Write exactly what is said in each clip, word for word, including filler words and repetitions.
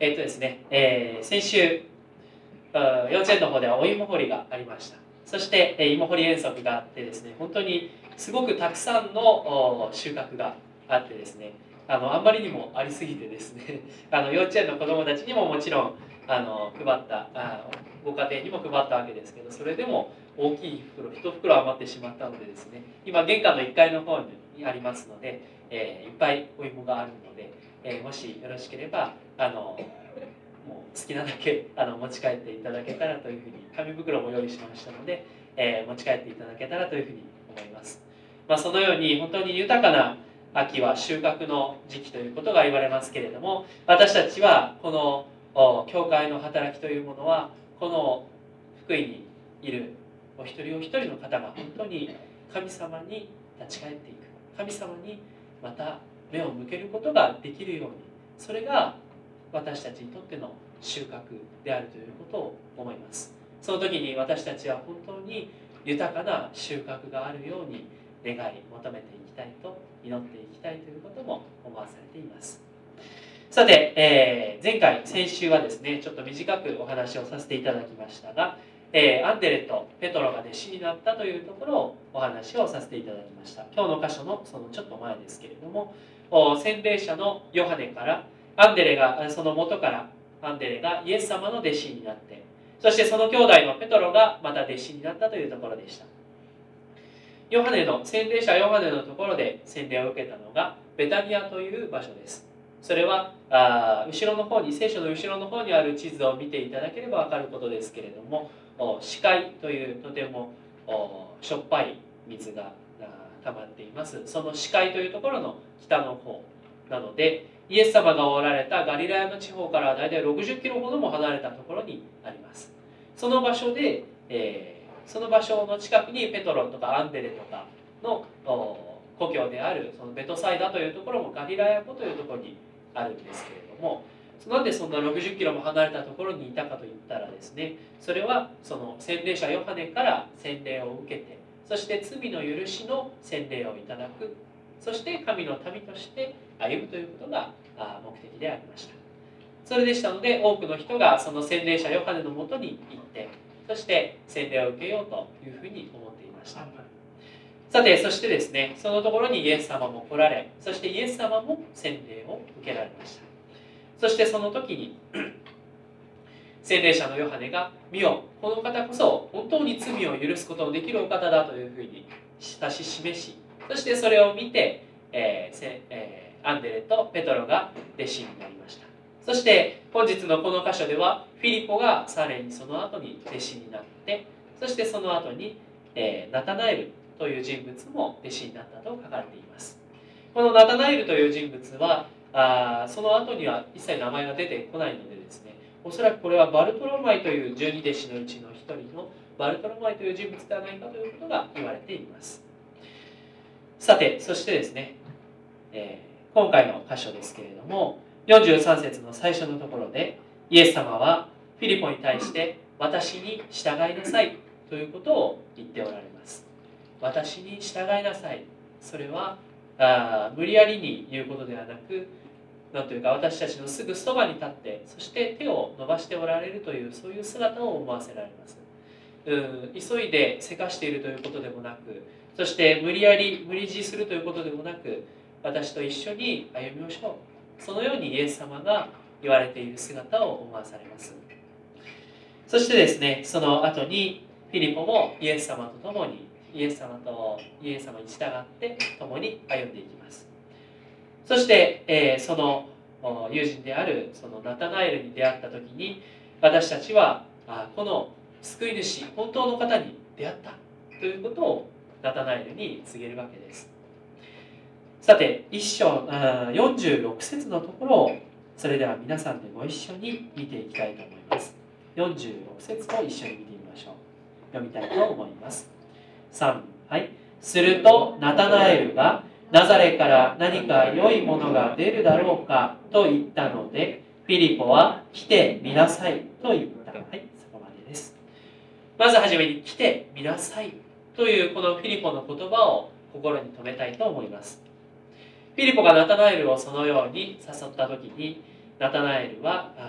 えっとですね、えー、先週、幼稚園の方ではお芋掘りがありました。そして、えー、芋掘り遠足があってですね、本当にすごくたくさんの収穫があってですね、あのあんまりにもありすぎてですね、あの幼稚園の子どもたちにももちろんあの配ったあ、ご家庭にも配ったわけですけど、それでも大きい袋、一袋余ってしまったのでですね、今玄関のいっかいの方にありますので、えー、いっぱいお芋があるので、えー、もしよろしければあのもう好きなだけあの持ち帰っていただけたらというふうに、紙袋も用意しましたので、えー、持ち帰っていただけたらというふうに思います。まあ、そのように本当に豊かな秋は収穫の時期ということが言われますけれども、私たちはこの教会の働きというものは、この福井にいるお一人お一人の方が本当に神様に立ち返っていく、神様にまた目を向けることができるように、それが私たちにとっての収穫であるということを思います。その時に私たちは本当に豊かな収穫があるように願い求めていきたいと、祈っていきたいということも思わされています。さて、えー、前回先週はですね、ちょっと短くお話をさせていただきましたが、えー、アンデレとペトロが弟子になったというところをお話をさせていただきました。今日の箇所のそのちょっと前ですけれども、洗礼者のヨハネからアンデレが、その元からアンデレがイエス様の弟子になって、そしてその兄弟のペトロがまた弟子になったというところでした。ヨハネの洗礼者ヨハネのところで洗礼を受けたのがベタニアという場所です。それはあ後ろの方に、聖書の後ろの方にある地図を見ていただければ分かることですけれども、死海というとてもしょっぱい水が溜まっています。その死海というところの北の方なので、イエス様がおられたガリラヤの地方からだいたいろくじゅっキロほども離れたところにあります。その場所で、えー、その場所の近くにペトロとかアンデレとかの故郷であるそのベトサイダというところもガリラヤ湖というところにあるんですけれども、なんでそんなろくじゅっキロも離れたところにいたかといったらですね、それはその洗礼者ヨハネから洗礼を受けて、そして罪の許しの洗礼をいただく、そして神の民として歩むということが目的でありました。それでしたので、多くの人がその洗礼者ヨハネのもとに行って、そして洗礼を受けようというふうに思っていました。さて、そしてですね、そのところにイエス様も来られ、そしてイエス様も洗礼を受けられました。そしてその時に洗礼者のヨハネが、見よ、この方こそ本当に罪を許すことのできるお方だというふうに指し示し、そしてそれを見て、えーえー、アンデレとペトロが弟子になりました。そして本日のこの箇所では、フィリポがさらにその後に弟子になって、そしてその後に、えー、ナタナエルという人物も弟子になったと書かれています。このナタナエルという人物は、あその後には一切名前が出てこないのでですね、おそらくこれはバルトロマイという十二弟子のうちの一人のバルトロマイという人物ではないかということが言われています。さて、そしてですね、えー、今回の箇所ですけれども、よんじゅうさん節の最初のところで、イエス様はフィリポに対して私に従いなさいということを言っておられます。私に従いなさい。それはあ無理やりに言うことではなく、なんというか私たちのすぐそばに立って、そして手を伸ばしておられるという、そういう姿を思わせられます。うん急いでせかしているということでもなく、そして無理やり無理強いするということでもなく、私と一緒に歩みましょう。そのようにイエス様が言われている姿を思わされます。そしてですね、その後にフィリポもイエス様と共にイエス様とイエス様に従って共に歩んでいきます。そして、えー、その友人であるそのナタナエルに出会った時に、私たちはあこの救い主、本当の方に出会ったということをナタナエルに告げるわけです。さて、一章よんじゅうろく節のところをそれでは皆さんでご一緒に見ていきたいと思います。よんじゅうろく節を一緒に見てみましょう。読みたいと思います。さん、はい。するとナタナエルが、ナザレから何か良いものが出るだろうかと言ったので、フィリポは来てみなさいと言った。はい、そこまでです。まずはじめに来てみなさいというこのフィリポの言葉を心に留めたいと思います。フィリポがナタナエルをそのように誘った時に、ナタナエルは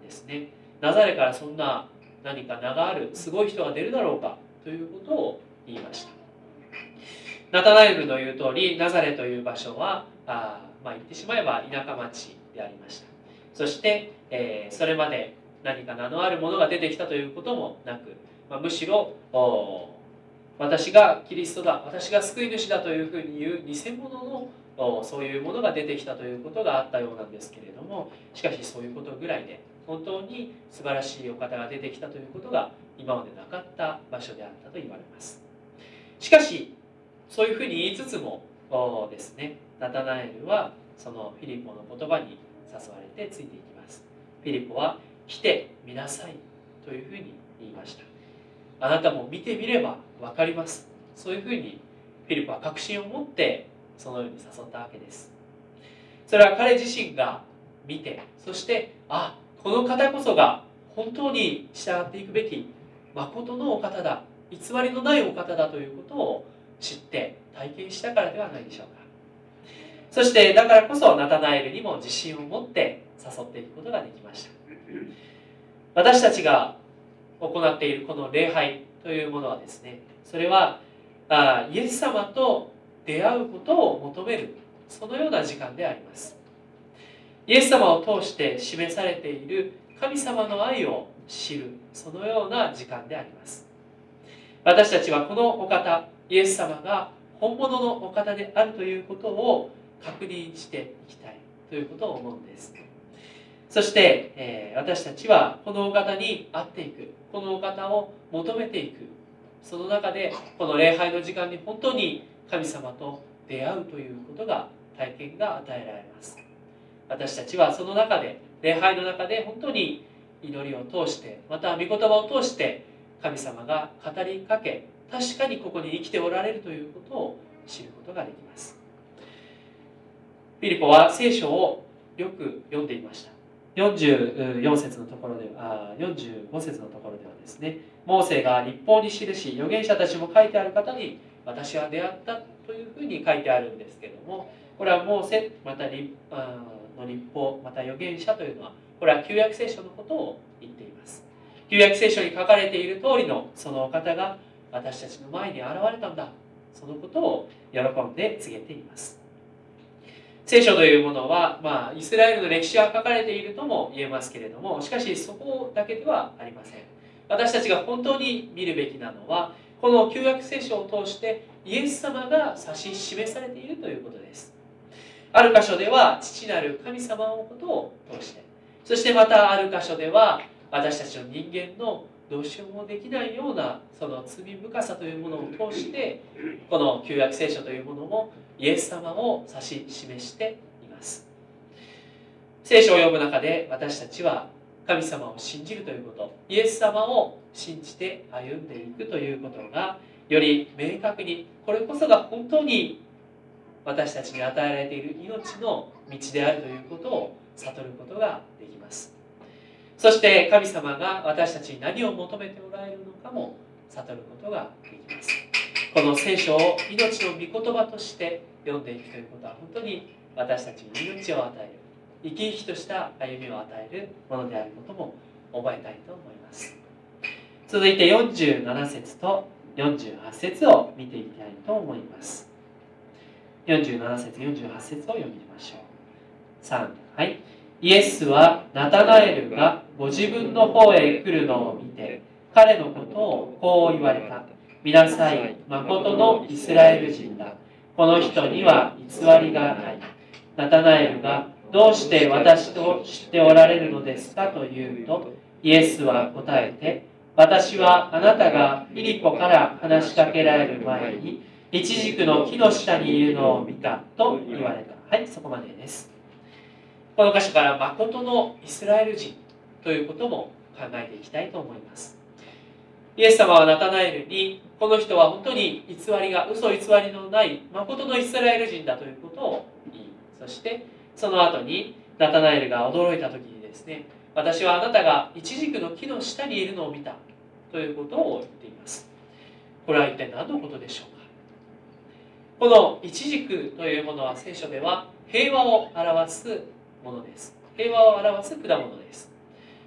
ですね、ナザレからそんな何か名があるすごい人が出るだろうかということを言いました。ナタナエルの言う通り、ナザレという場所はあ、まあ、言ってしまえば田舎町でありました。そして、えー、それまで何か名のあるものが出てきたということもなく、まあ、むしろ私がキリストだ、私が救い主だというふうに言う偽物のそういうものが出てきたということがあったようなんですけれども、しかしそういうことぐらいで本当に素晴らしいお方が出てきたということが今までなかった場所であったと言われます。しかしそういうふうに言いつつもですね、ナタナエルはそのフィリポの言葉に誘われてついていきます。フィリポは来てみなさいというふうに言いました。あなたも見てみれば分かります。そういうふうにフィリポは確信を持ってそのように誘ったわけです。それは彼自身が見て、そしてあ、この方こそが本当に従っていくべき誠のお方だ、偽りのないお方だということを知って体験したからではないでしょうか。そしてだからこそナタナエルにも自信を持って誘っていくことができました。私たちが行っているこの礼拝というものはですね、それはあイエス様と出会うことを求める、そのような時間であります。イエス様を通して示されている神様の愛を知る、そのような時間であります。私たちはこのお方、イエス様が本物のお方であるということを確認していきたいということを思うんです。そして、えー、私たちはこのお方に会っていく、このお方を求めていく、その中でこの礼拝の時間に本当に神様と出会うということが、体験が与えられます。私たちはその中で、礼拝の中で本当に祈りを通して、また御言葉を通して神様が語りかけ、確かにここに生きておられるということを知ることができます。フィリポは聖書をよく読んでいました。よんじゅうよん節のところでは、よんじゅうご節のところではですね、モーセが律法に記し、預言者たちも書いてある方に私は出会ったというふうに書いてあるんですけども、これはモーセまたの律法また預言者というのは、これは旧約聖書のことを言っています。旧約聖書に書かれている通りのそのお方が私たちの前に現れたんだ、そのことを喜んで告げています。聖書というものは、まあ、イスラエルの歴史が書かれているとも言えますけれども、しかしそこだけではありません。私たちが本当に見るべきなのは、この旧約聖書を通してイエス様が指し示されているということです。ある箇所では父なる神様のことを通して、そしてまたある箇所では私たちの人間のどうしようもできないようなその罪深さというものを通して、この旧約聖書というものもイエス様を指し示しています。聖書を読む中で私たちは神様を信じるということ、イエス様を信じて歩んでいくということがより明確に、これこそが本当に私たちに与えられている命の道であるということを悟ることができます。そして神様が私たちに何を求めておられるのかも悟ることができます。この聖書を命の御言葉として読んでいくということは、本当に私たちに命を与える、生き生きとした歩みを与えるものであることも覚えたいと思います。続いてよんじゅうなな節とよんじゅうはち節を見ていきたいと思います。よんじゅうなな節、よんじゅうはち節を読みましょう。さん、はい。イエスはナタナエルがご自分の方へ来るのを見て、彼のことをこう言われた。見なさい、誠のイスラエル人だ。この人には偽りがない。ナタナエルが、どうして私と知っておられるのですかと言うと、イエスは答えて、私はあなたがフィリポから話しかけられる前に、イチジクの木の下にいるのを見たと言われた。はい、そこまでです。この箇所から誠のイスラエル人ということも考えていきたいと思います。イエス様はナタナエルに、この人は本当に偽りが、嘘偽りのない誠のイスラエル人だということを言い、そしてその後にナタナエルが驚いた時にですね、私はあなたがイチジクの木の下にいるのを見たということを言っています。これは一体何のことでしょうか。このイチジクというものは聖書では平和を表すものです。平和を表す果物です。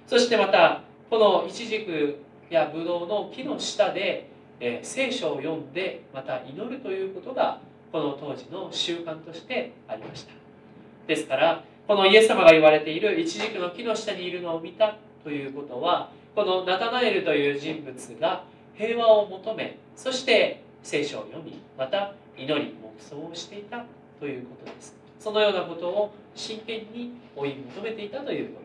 そしてまたこのイチジクやブドウの木の下で、えー、聖書を読んでまた祈るということがこの当時の習慣としてありました。ですからこのイエス様が言われているイチジクの木の下にいるのを見たということは、このナタナエルという人物が平和を求め、そして聖書を読み、また祈り黙想をしていたということです。そのようなことを真剣に追い求めていたということ、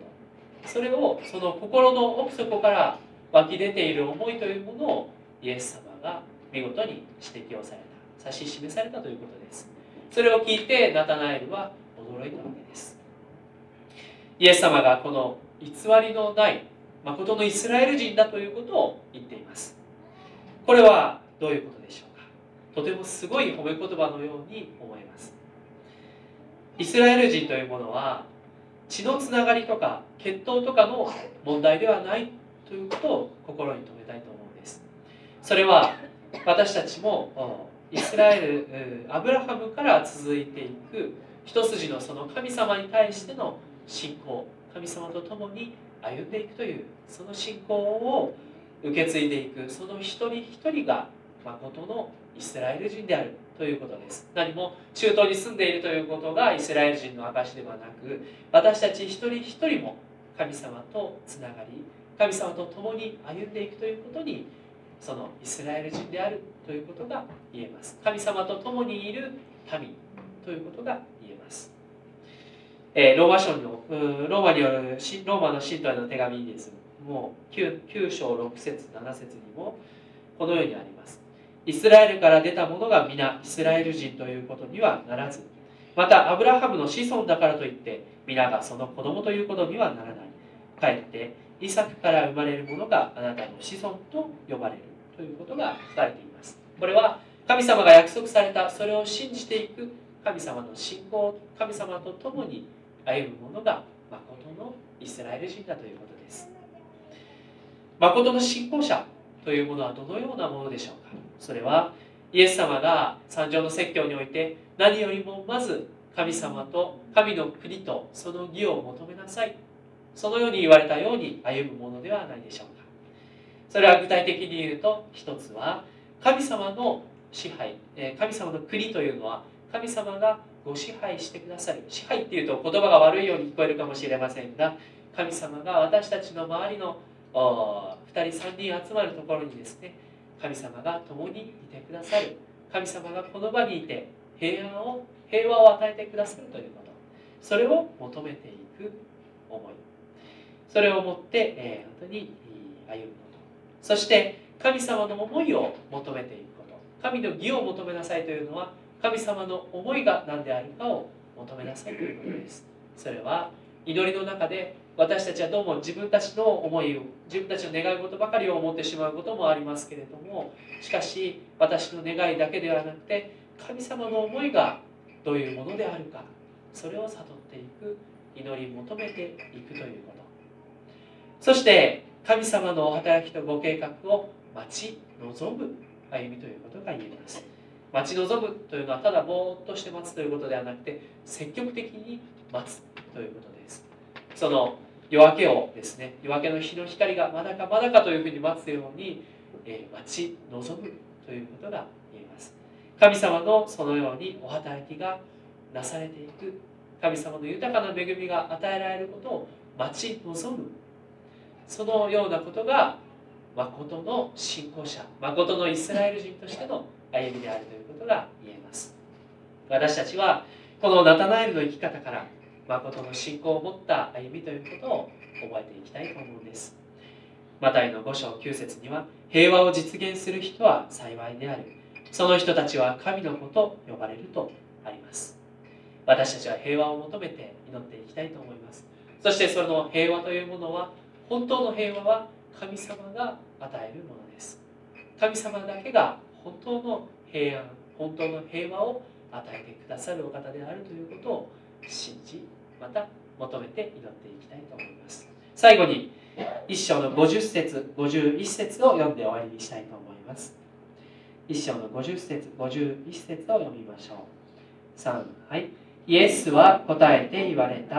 それをその心の奥底から湧き出ている思いというものをイエス様が見事に指摘をされた、指し示されたということです。それを聞いてナタナエルは驚いたわけです。イエス様がこの偽りのない誠のイスラエル人だということを言っています。これはどういうことでしょうか。とてもすごい褒め言葉のように思います。イスラエル人というものは血のつながりとか血統とかの問題ではないということを心に留めたいと思うんです。それは私たちもイスラエルアブラハムから続いていく一筋のその神様に対しての信仰、神様と共に歩んでいくというその信仰を受け継いでいく、その一人一人が誠のイスラエル人であるということです。何も中東に住んでいるということがイスラエル人の証ではなく、私たち一人一人も神様とつながり、神様と共に歩んでいくということに、そのイスラエル人であるということが言えます。神様と共にいる民ということが言えます。えー、ローマ書のローマによるローマの信徒への手紙です。もう 9, 9章ろく節なな節にもこのようにあります。イスラエルから出た者が皆イスラエル人ということにはならず、またアブラハムの子孫だからといって皆がその子供ということにはならない。かえってイサクから生まれる者があなたの子孫と呼ばれるということが書かれています。これは神様が約束されたそれを信じていく神様の信仰、神様と共に歩む者が誠のイスラエル人だということです。誠の信仰者というものはどのようなものでしょうか。それはイエス様が三条の説教において何よりもまず神様と神の国とその義を求めなさい、そのように言われたように歩むものではないでしょうか。それは具体的に言うと、一つは神様の支配、神様の国というのは神様がご支配してくださる。支配っていうと言葉が悪いように聞こえるかもしれませんが、神様が私たちの周りのふたりさんにん集まるところにですね、神様が共にいてくださる。神様がこの場にいて平安を平和を与えてくださるということ、それを求めていく思い、それをもって、えー、本当に歩むこと、そして神様の思いを求めていくこと、神の義を求めなさいというのは神様の思いが何であるかを求めなさいということです。それは祈りの中で私たちはどうも自分たちの思いを、自分たちの願い事ばかりを思ってしまうこともありますけれども、しかし私の願いだけではなくて神様の思いがどういうものであるか、それを悟っていく、祈り求めていくということ、そして神様のお働きとご計画を待ち望む歩みということが言えます。待ち望むというのはただぼーっとして待つということではなくて、積極的に待つということです。その夜明けをですね、夜明けの日の光がまだかまだかというふうに待つように、えー、待ち望むということが言えます。神様のそのようにお働きがなされていく、神様の豊かな恵みが与えられることを待ち望む、そのようなことが誠の信仰者、誠のイスラエル人としての歩みであるということが言えます。私たちはこのナタナエルの生き方から誠の信仰を持った歩みということを覚えていきたいと思うんです。マタイのご章きゅう節には、平和を実現する人は幸いである、その人たちは神の子と呼ばれるとあります。私たちは平和を求めて祈っていきたいと思います。そしてその平和というものは、本当の平和は神様が与えるものです。神様だけが本当の平安、本当の平和を与えてくださるお方であるということを信じ、また求めて祈っていきたいと思います。最後に一章のごじゅっ節ごじゅういち節を読んで終わりにしたいと思います。一章のごじゅっ節ごじゅういち節を読みましょう。さん、はい。イエスは答えて言われた。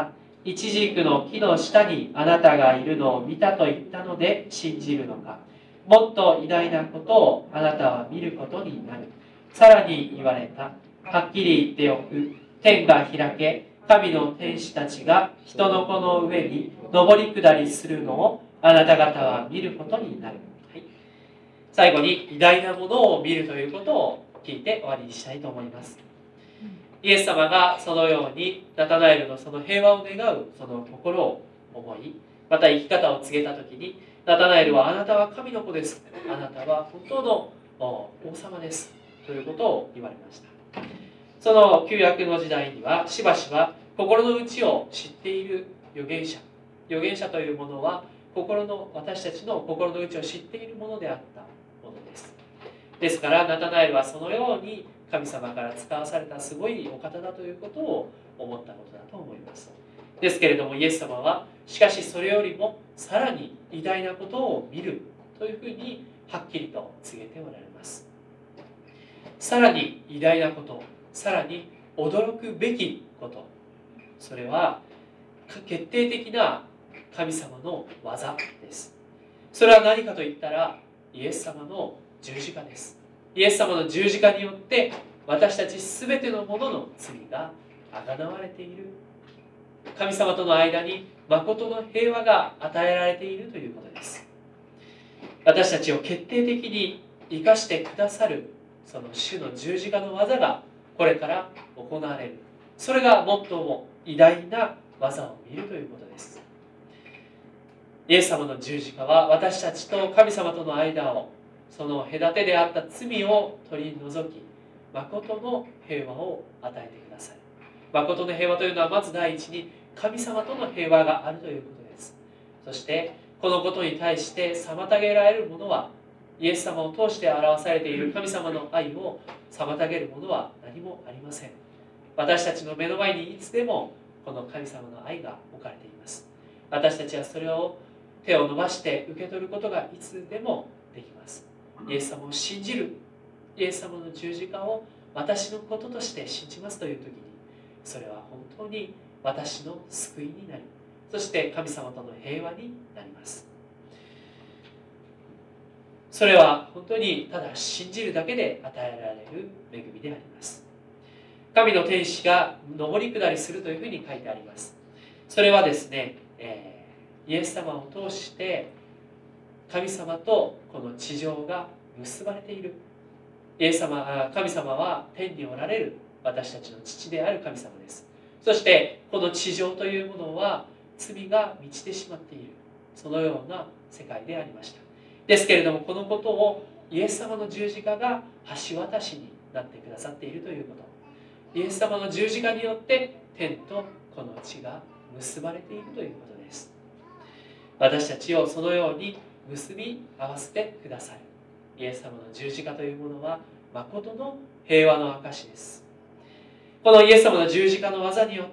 イチジクの木の下にあなたがいるのを見たと言ったので信じるのか。もっと偉大なことをあなたは見ることになる。さらに言われた。はっきり言っておく。天が開け、神の天使たちが人の子の上に上り下りするのをあなた方は見ることになる。はい、最後に偉大なものを見るということを聞いて終わりにしたいと思います。イエス様がそのようにナタナエルのその平和を願うその心を思い、また生き方を告げたときに、ナタナエルはあなたは神の子です。あなたは本当の王様です。ということを言われました。その旧約の時代にはしばしば心の内を知っている預言者。預言者というものは心の私たちの心の内を知っているものであったものです。ですからナタナエルはそのように神様から使わされたすごいお方だということを思ったことだと思います。ですけれどもイエス様はしかしそれよりもさらに偉大なことを見るというふうにはっきりと告げておられます。さらに偉大なこと、さらに驚くべきこと、それは決定的な神様の技です。それは何かといったらイエス様の十字架です。イエス様の十字架によって私たちすべてのものの罪があがなわれている。神様との間に誠の平和が与えられているということです。私たちを決定的に生かしてくださるその主の十字架の技がこれから行われる。それが最も偉大な技を見るということです。イエス様の十字架は私たちと神様との間をその隔てであった罪を取り除き、誠の平和を与えてください。誠の平和というのはまず第一に神様との平和があるということです。そしてこのことに対して妨げられるものはイエス様を通して表されている神様の愛を妨げるものは何もありません。私たちの目の前にいつでもこの神様の愛が置かれています。私たちはそれを手を伸ばして受け取ることがいつでもできます。イエス様を信じる、イエス様の十字架を私のこととして信じますという時に、それは本当に私の救いになり、そして神様との平和になります。それは本当にただ信じるだけで与えられる恵みであります。神の天使が上り下りするというふうに書いてあります。それはですね、えー、イエス様を通して神様とこの地上が結ばれている。イエス様、神様は天におられる私たちの父である神様です。そしてこの地上というものは罪が満ちてしまっている、そのような世界でありました。ですけれどもこのことをイエス様の十字架が橋渡しになってくださっているということ、イエス様の十字架によって天とこの地が結ばれているということです。私たちをそのように結び合わせてくださるイエス様の十字架というものは誠の平和の証です。このイエス様の十字架の技によって、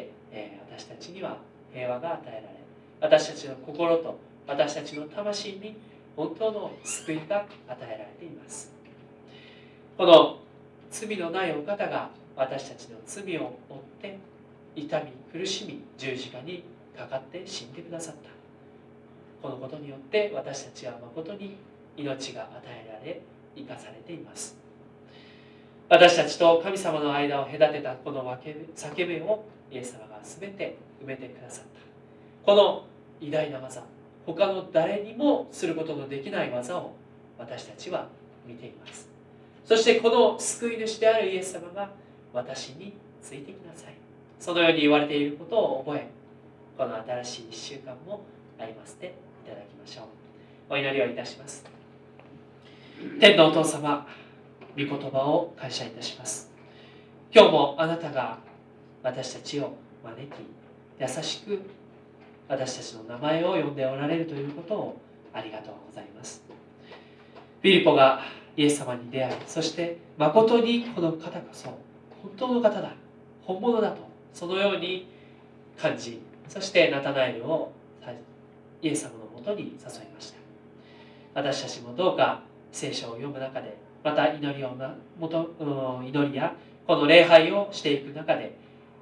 えー、私たちには平和が与えられ、私たちの心と私たちの魂に本当の救いが与えられています。この罪のないお方が私たちの罪を負って痛み苦しみ十字架にかかって死んでくださった。このことによって私たちは誠に命が与えられ生かされています。私たちと神様の間を隔てたこの裂け目をイエス様が全て埋めてくださった。この偉大な技、他の誰にもすることのできない技を私たちは見ています。そしてこの救い主であるイエス様が私についてきなさい、そのように言われていることを覚え、この新しいいっしゅうかんも歩ませていただきましょう。お祈りをいたします。天のお父様、御言葉を感謝いたします。今日もあなたが私たちを招き、優しく私たちの名前を呼んでおられるということをありがとうございます。フィリポがイエス様に出会い、そして誠にこの方こそ本当の方だ、本物だとそのように感じ、そしてナタナエルをイエス様のもとに誘いました。私たちもどうか聖書を読む中で、また祈りをもと祈りやこの礼拝をしていく中で、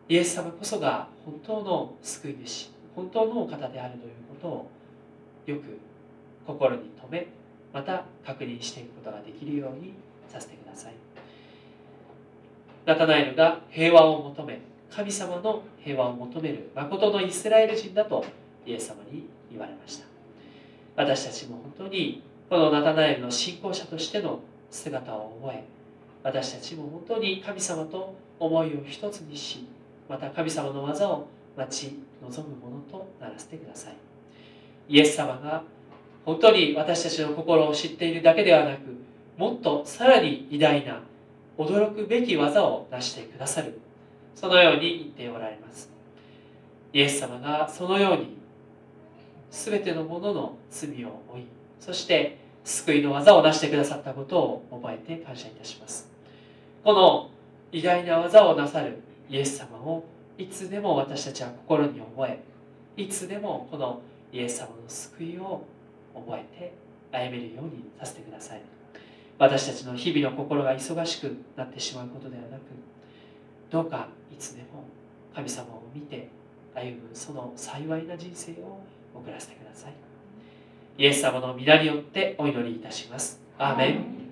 イエス様こそが本当の救い主、本当のお方であるということをよく心に留め、また確認していくことができるようにさせてください。ナタナエルが平和を求め、神様の平和を求める誠のイスラエル人だとイエス様に言われました。私たちも本当にこのナタナエルの信仰者としての姿を覚え、私たちも本当に神様と思いを一つにし、また神様の技を待ち望むものとならせてください。イエス様が本当に私たちの心を知っているだけではなく、もっとさらに偉大な驚くべき技を成してくださる、そのように言っておられます。イエス様がそのように全てのものの罪を負い、そして救いの技を成してくださったことを覚えて感謝いたします。この偉大な技をなさるイエス様をいつでも私たちは心に覚え、いつでもこのイエス様の救いを覚えて歩めるようにさせてください。私たちの日々の心が忙しくなってしまうことではなく、どうかいつでも神様を見て歩むその幸いな人生を送らせてください。イエス様の皆によってお祈りいたします。アーメン。